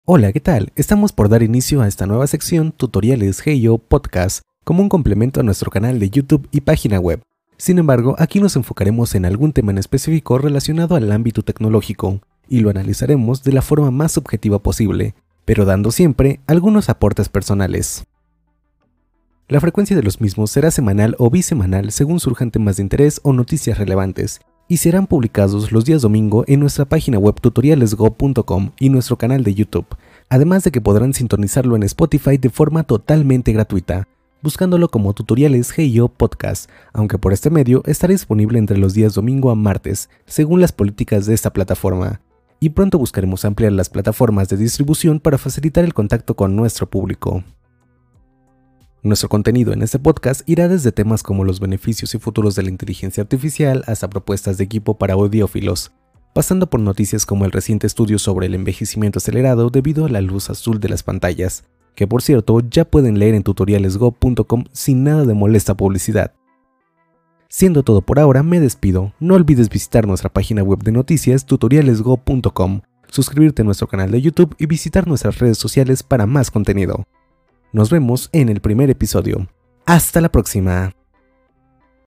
Hola, ¿qué tal? Estamos por dar inicio a esta nueva sección Tutoriales Heyo Podcast, como un complemento a nuestro canal de YouTube y página web. Sin embargo, aquí nos enfocaremos en algún tema en específico relacionado al ámbito tecnológico, y lo analizaremos de la forma más objetiva posible, pero dando siempre algunos aportes personales. La frecuencia de los mismos será semanal o bisemanal según surjan temas de interés o noticias relevantes, y serán publicados los días domingo en nuestra página web tutorialesgo.com y nuestro canal de YouTube, además de que podrán sintonizarlo en Spotify de forma totalmente gratuita, buscándolo como Tutoriales Heyo Podcast, aunque por este medio estará disponible entre los días domingo a martes, según las políticas de esta plataforma. Y pronto buscaremos ampliar las plataformas de distribución para facilitar el contacto con nuestro público. Nuestro contenido en este podcast irá desde temas como los beneficios y futuros de la inteligencia artificial hasta propuestas de equipo para audiófilos, pasando por noticias como el reciente estudio sobre el envejecimiento acelerado debido a la luz azul de las pantallas, que por cierto ya pueden leer en tutorialesgo.com sin nada de molesta publicidad. Siendo todo por ahora, me despido. No olvides visitar nuestra página web de noticias tutorialesgo.com, suscribirte a nuestro canal de YouTube y visitar nuestras redes sociales para más contenido. Nos vemos en el primer episodio. ¡Hasta la próxima!